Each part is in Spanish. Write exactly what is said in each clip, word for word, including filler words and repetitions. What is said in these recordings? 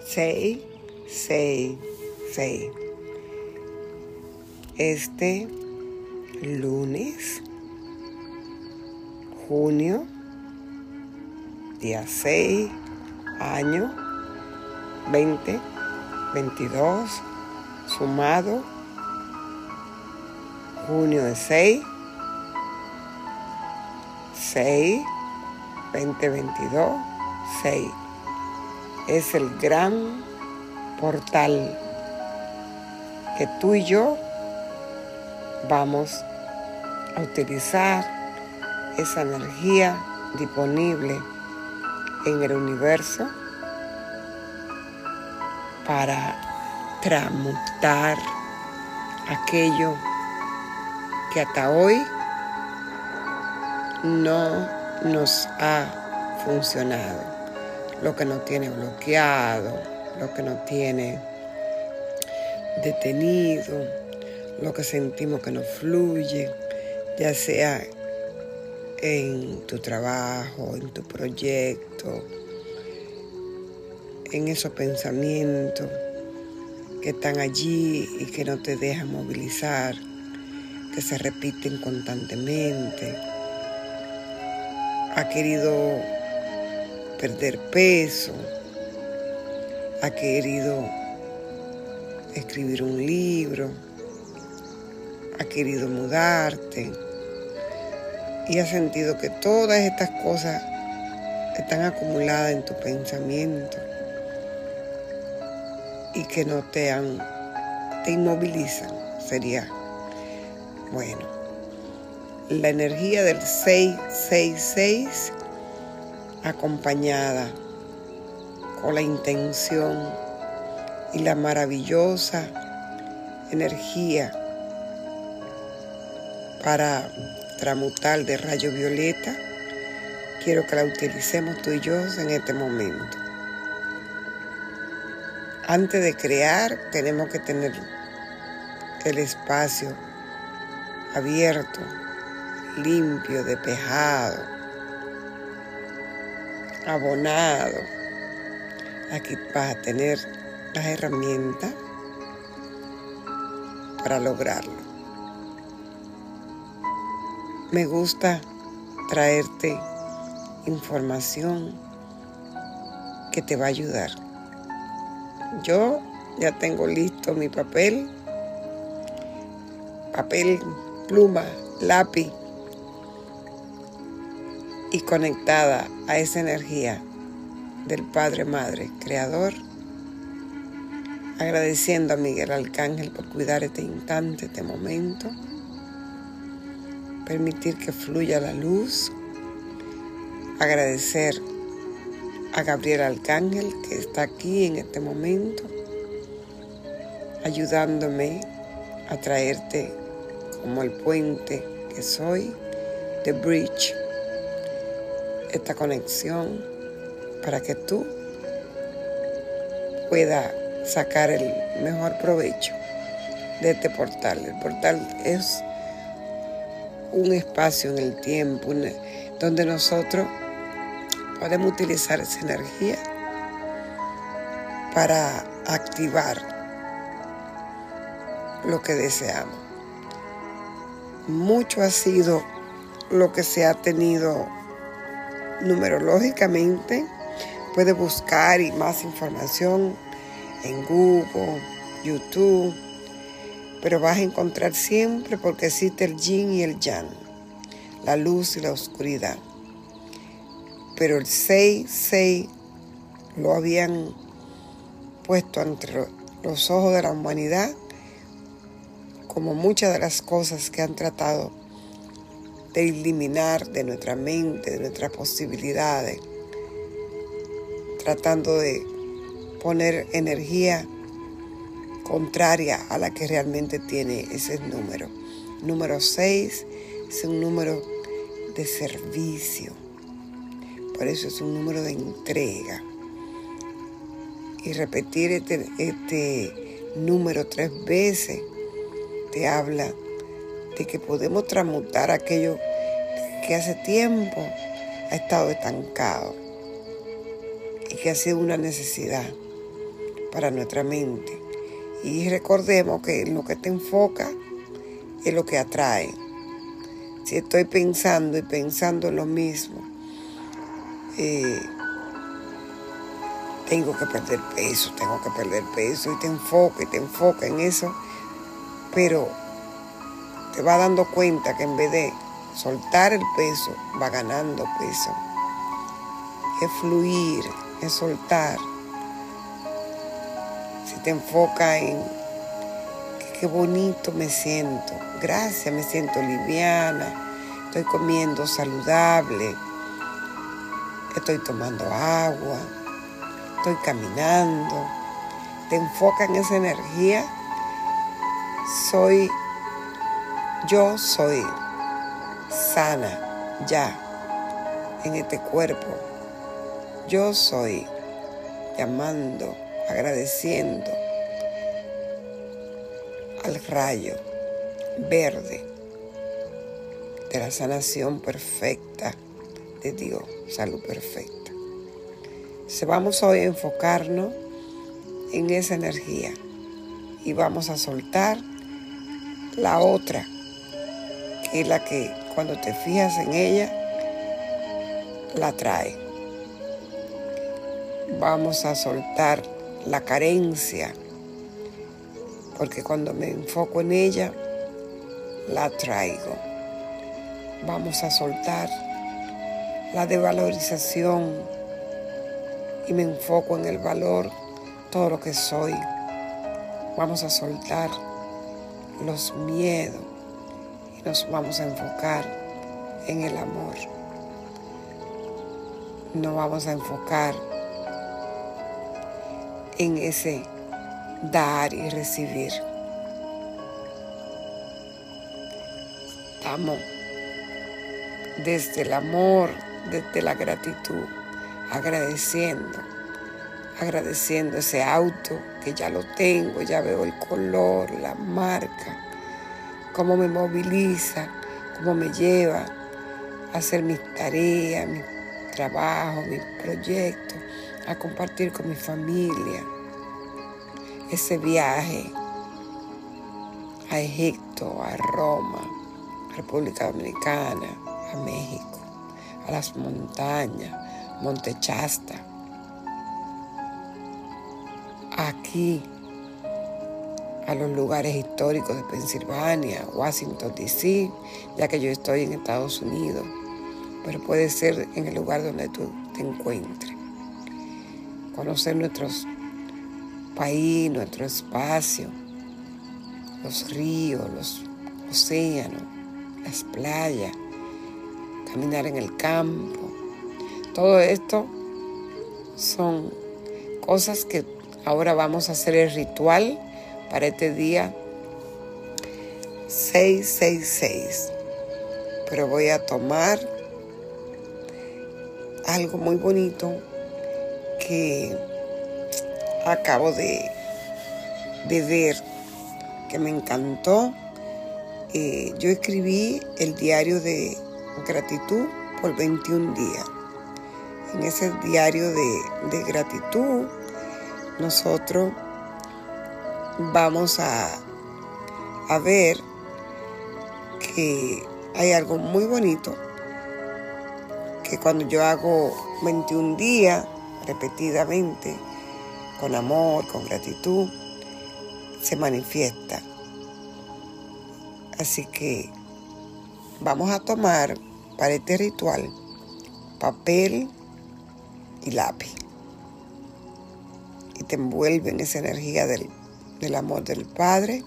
seis, seis, seis. Este lunes, junio, día seis, año veinte veintidós, sumado, junio de seis, seis, veinte veintidós, seis. Es el gran portal que tú y yo vamos a utilizar esa energía disponible en el universo para transmutar aquello que hasta hoy no nos ha funcionado, lo que nos tiene bloqueado, lo que nos tiene detenido, lo que sentimos que no fluye, ya sea en tu trabajo, en tu proyecto, en esos pensamientos que están allí y que no te dejan movilizar, que se repiten constantemente. Ha querido perder peso, ha querido escribir un libro, ha querido mudarte y has sentido que todas estas cosas están acumuladas en tu pensamiento y que no te han, te inmovilizan. Sería, bueno, la energía del seis seis seis acompañada con la intención y la maravillosa energía para transmutar de rayo violeta, quiero que la utilicemos tú y yo en este momento. Antes de crear, tenemos que tener el espacio abierto, limpio, despejado, abonado. Aquí vas a tener las herramientas para lograrlo. Me gusta traerte información que te va a ayudar. Yo ya tengo listo mi papel, papel, pluma, lápiz, y conectada a esa energía del Padre Madre Creador, agradeciendo a Miguel Arcángel por cuidar este instante, este momento, permitir que fluya la luz, agradecer a Gabriel Arcángel que está aquí en este momento, ayudándome a traerte como el puente que soy, The Bridge, esta conexión para que tú puedas sacar el mejor provecho de este portal. El portal es un espacio en el tiempo una, donde nosotros podemos utilizar esa energía para activar lo que deseamos. Mucho ha sido lo que se ha tenido numerológicamente. Puedes buscar y más información en Google, YouTube, pero vas a encontrar siempre, porque existe el yin y el yang, la luz y la oscuridad. Pero el seis seis lo habían puesto entre los ojos de la humanidad como muchas de las cosas que han tratado de eliminar de nuestra mente, de nuestras posibilidades, tratando de poner energía contraria a la que realmente tiene ese número. Número seis es un número de servicio. Por eso es un número de entrega. Y repetir este, este número tres veces te habla de que podemos transmutar aquello que hace tiempo ha estado estancado y que ha sido una necesidad para nuestra mente. Y recordemos que lo que te enfoca es lo que atrae. Si estoy pensando y pensando en lo mismo, eh, tengo que perder peso, tengo que perder peso, y te enfoca y te enfoca en eso, pero te va dando cuenta que en vez de soltar el peso, va ganando peso. Es fluir, es soltar. Si te enfoca en qué bonito me siento, gracias, me siento liviana, estoy comiendo saludable, estoy tomando agua, estoy caminando, te enfoca en esa energía, soy, yo soy sana ya en este cuerpo, yo soy llamando, agradeciendo al rayo verde de la sanación perfecta de Dios, salud perfecta. Entonces vamos hoy a enfocarnos en esa energía y vamos a soltar la otra, que es la que cuando te fijas en ella, la trae. Vamos a soltar la carencia, porque cuando me enfoco en ella, la traigo. Vamos a soltar la desvalorización y me enfoco en el valor, todo lo que soy. Vamos a soltar los miedos y nos vamos a enfocar en el amor. Nos vamos a enfocar en ese dar y recibir. Estamos desde el amor, desde la gratitud, agradeciendo, agradeciendo ese auto que ya lo tengo, ya veo el color, la marca, cómo me moviliza, cómo me lleva a hacer mis tareas, mis trabajos, mis proyectos, a compartir con mi familia. Ese viaje a Egipto, a Roma, a República Dominicana, a México, a las montañas, Monte Shasta, aquí, a los lugares históricos de Pensilvania, Washington, D C, ya que yo estoy en Estados Unidos, pero puede ser en el lugar donde tú te encuentres. Conocer nuestros país, nuestro espacio, los ríos, los océanos, las playas, caminar en el campo. Todo esto son cosas que ahora vamos a hacer el ritual para este día seis seis seis. Pero voy a tomar algo muy bonito que acabo de, de ver, que me encantó. Eh, yo escribí el diario de gratitud por veintiún días. En ese diario de, de gratitud, nosotros vamos a, a ver que hay algo muy bonito, que cuando yo hago veintiún días repetidamente, con amor, con gratitud, se manifiesta. Así que vamos a tomar para este ritual papel y lápiz. Y te envuelve en esa energía del, del amor del Padre.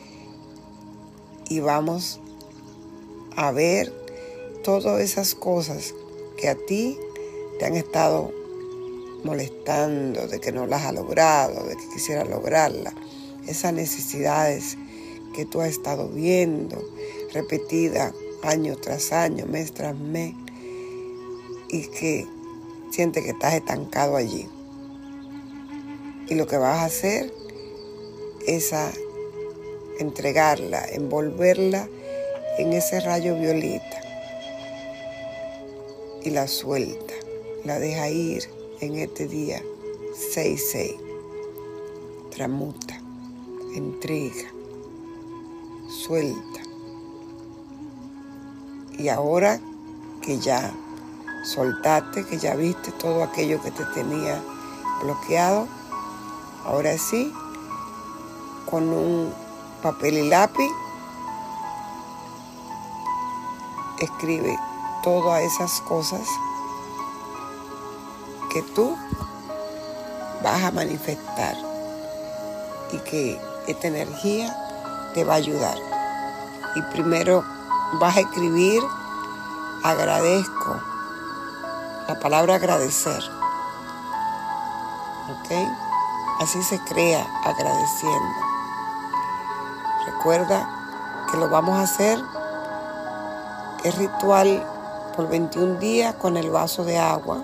Y vamos a ver todas esas cosas que a ti te han estado molestando, de que no las has logrado, de que quisiera lograrlas. Esas necesidades que tú has estado viendo, repetidas año tras año, mes tras mes, y que sientes que estás estancado allí. Y lo que vas a hacer es a entregarla, envolverla en ese rayo violeta y la suelta, la deja ir en este día seis seis. transmuta, entrega, suelta. Y ahora que ya soltaste, que ya viste todo aquello que te tenía bloqueado, ahora sí, con un papel y lápiz, escribe todas esas cosas que tú vas a manifestar y que esta energía te va a ayudar. Y primero vas a escribir agradezco, la palabra agradecer, ¿ok? Así se crea, agradeciendo. Recuerda que lo vamos a hacer, es ritual por veintiún días con el vaso de agua.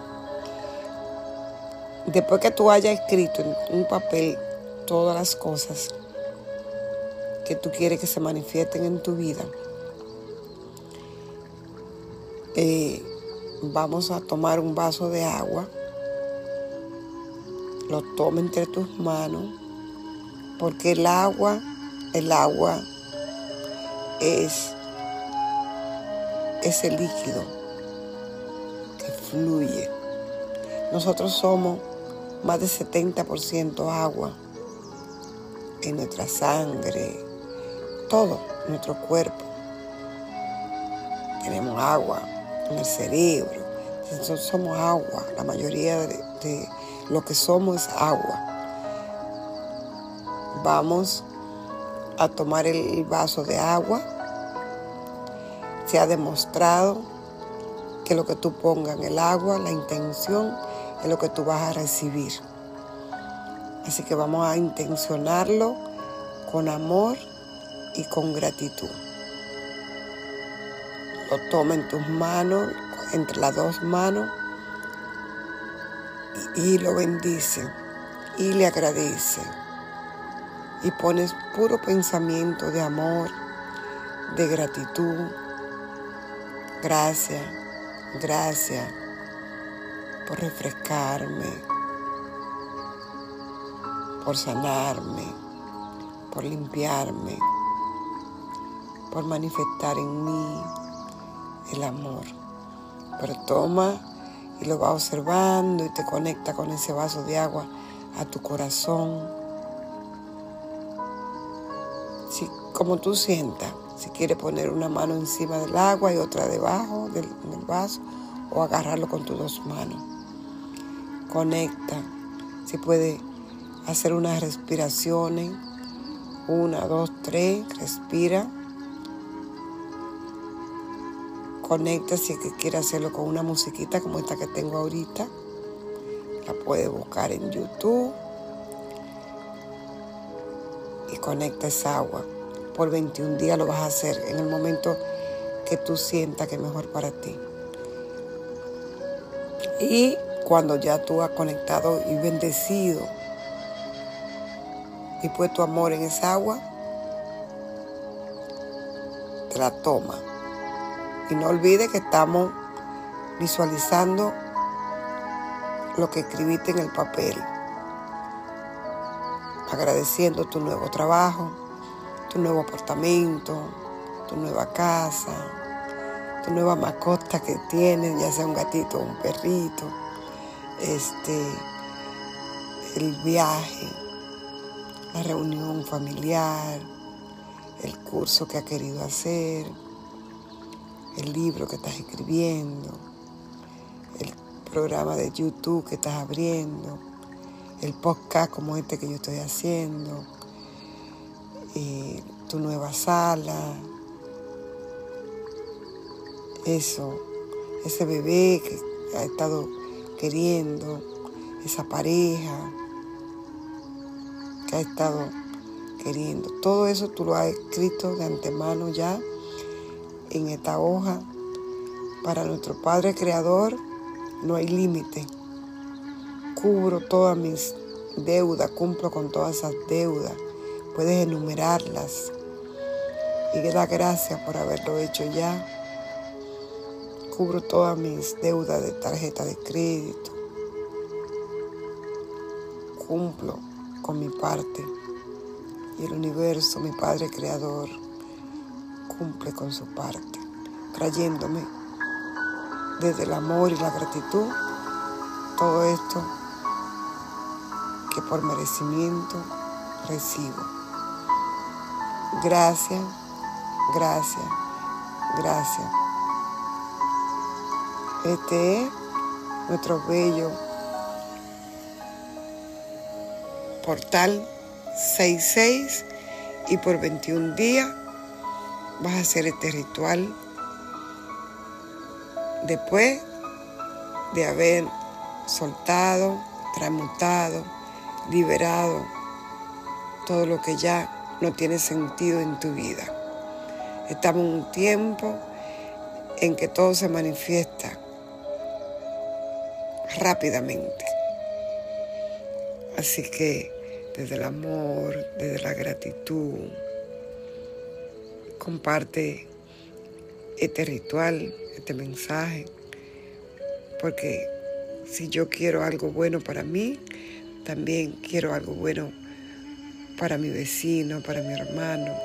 Después que tú hayas escrito en un papel todas las cosas que tú quieres que se manifiesten en tu vida, eh, vamos a tomar un vaso de agua, lo toma entre tus manos, porque el agua, el agua es ese líquido que fluye. Nosotros somos más de setenta por ciento agua en nuestra sangre, todo nuestro cuerpo. Tenemos agua en el cerebro. Nosotros somos agua. La mayoría de, de lo que somos es agua. Vamos a tomar el vaso de agua. Se ha demostrado que lo que tú pongas en el agua, la intención, es lo que tú vas a recibir. Así que vamos a intencionarlo con amor y con gratitud. Lo toma en tus manos, entre las dos manos, y, y lo bendice y le agradece. Y pones puro pensamiento de amor, de gratitud. Gracias, gracias por refrescarme, por sanarme, por limpiarme, por manifestar en mí el amor. Pero toma y lo vas observando y te conecta con ese vaso de agua a tu corazón. Si, como tú sientas, si quieres poner una mano encima del agua y otra debajo del, del vaso, o agarrarlo con tus dos manos. Conecta. Si puedes hacer unas respiraciones, una, dos, tres, respira. Conecta si es que quieres hacerlo con una musiquita como esta que tengo ahorita. La puedes buscar en YouTube. Y conecta esa agua. Por veintiún días lo vas a hacer en el momento que tú sientas que es mejor para ti. Y cuando ya tú has conectado y bendecido y puesto amor en esa agua, te la toma. Y no olvides que estamos visualizando lo que escribiste en el papel, agradeciendo tu nuevo trabajo, tu nuevo apartamento, tu nueva casa, tu nueva mascota que tienes, ya sea un gatito o un perrito, este, el viaje, la reunión familiar, el curso que has querido hacer, el libro que estás escribiendo, el programa de YouTube que estás abriendo, el podcast como este que yo estoy haciendo, eh, tu nueva sala, eso, ese bebé que has estado queriendo, esa pareja que has estado queriendo. Todo eso tú lo has escrito de antemano ya en esta hoja. Para nuestro Padre Creador no hay límite. Cubro todas mis deudas, cumplo con todas esas deudas. Puedes enumerarlas y dar gracias por haberlo hecho ya. Cubro todas mis deudas de tarjeta de crédito. Cumplo con mi parte y el universo, mi Padre Creador, cumple con su parte, trayéndome desde el amor y la gratitud todo esto que por merecimiento recibo. Gracias, gracias, gracias. Este es nuestro bello portal seis seis y por veintiún días vas a hacer este ritual después de haber soltado, transmutado, liberado todo lo que ya no tiene sentido en tu vida. Estamos en un tiempo en que todo se manifiesta rápidamente. Así que desde el amor, desde la gratitud, comparte este ritual, este mensaje, porque si yo quiero algo bueno para mí, también quiero algo bueno para mi vecino, para mi hermano.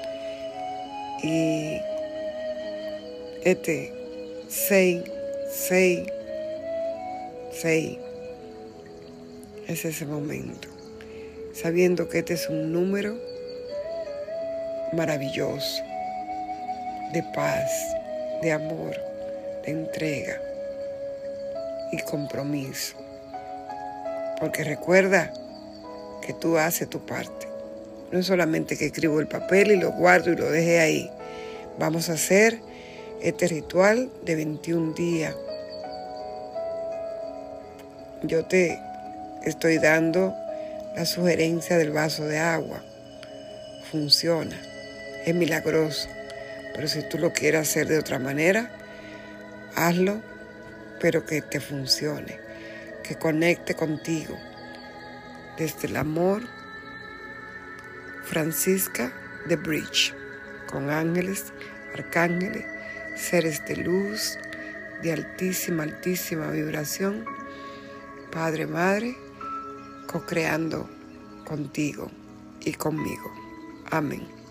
Y este seis, seis, seis es ese momento, sabiendo que este es un número maravilloso de paz, de amor, de entrega y compromiso. Porque recuerda que tú haces tu parte. No es solamente que escribo el papel y lo guardo y lo dejé ahí. Vamos a hacer este ritual de veintiún días. Yo te estoy dando la sugerencia del vaso de agua. Funciona. Es milagroso. Pero si tú lo quieres hacer de otra manera, hazlo, pero que te funcione, que conecte contigo. Desde el amor, Francisca de Bridge, con ángeles, arcángeles, seres de luz, de altísima, altísima vibración, Padre, Madre, co-creando contigo y conmigo. Amén.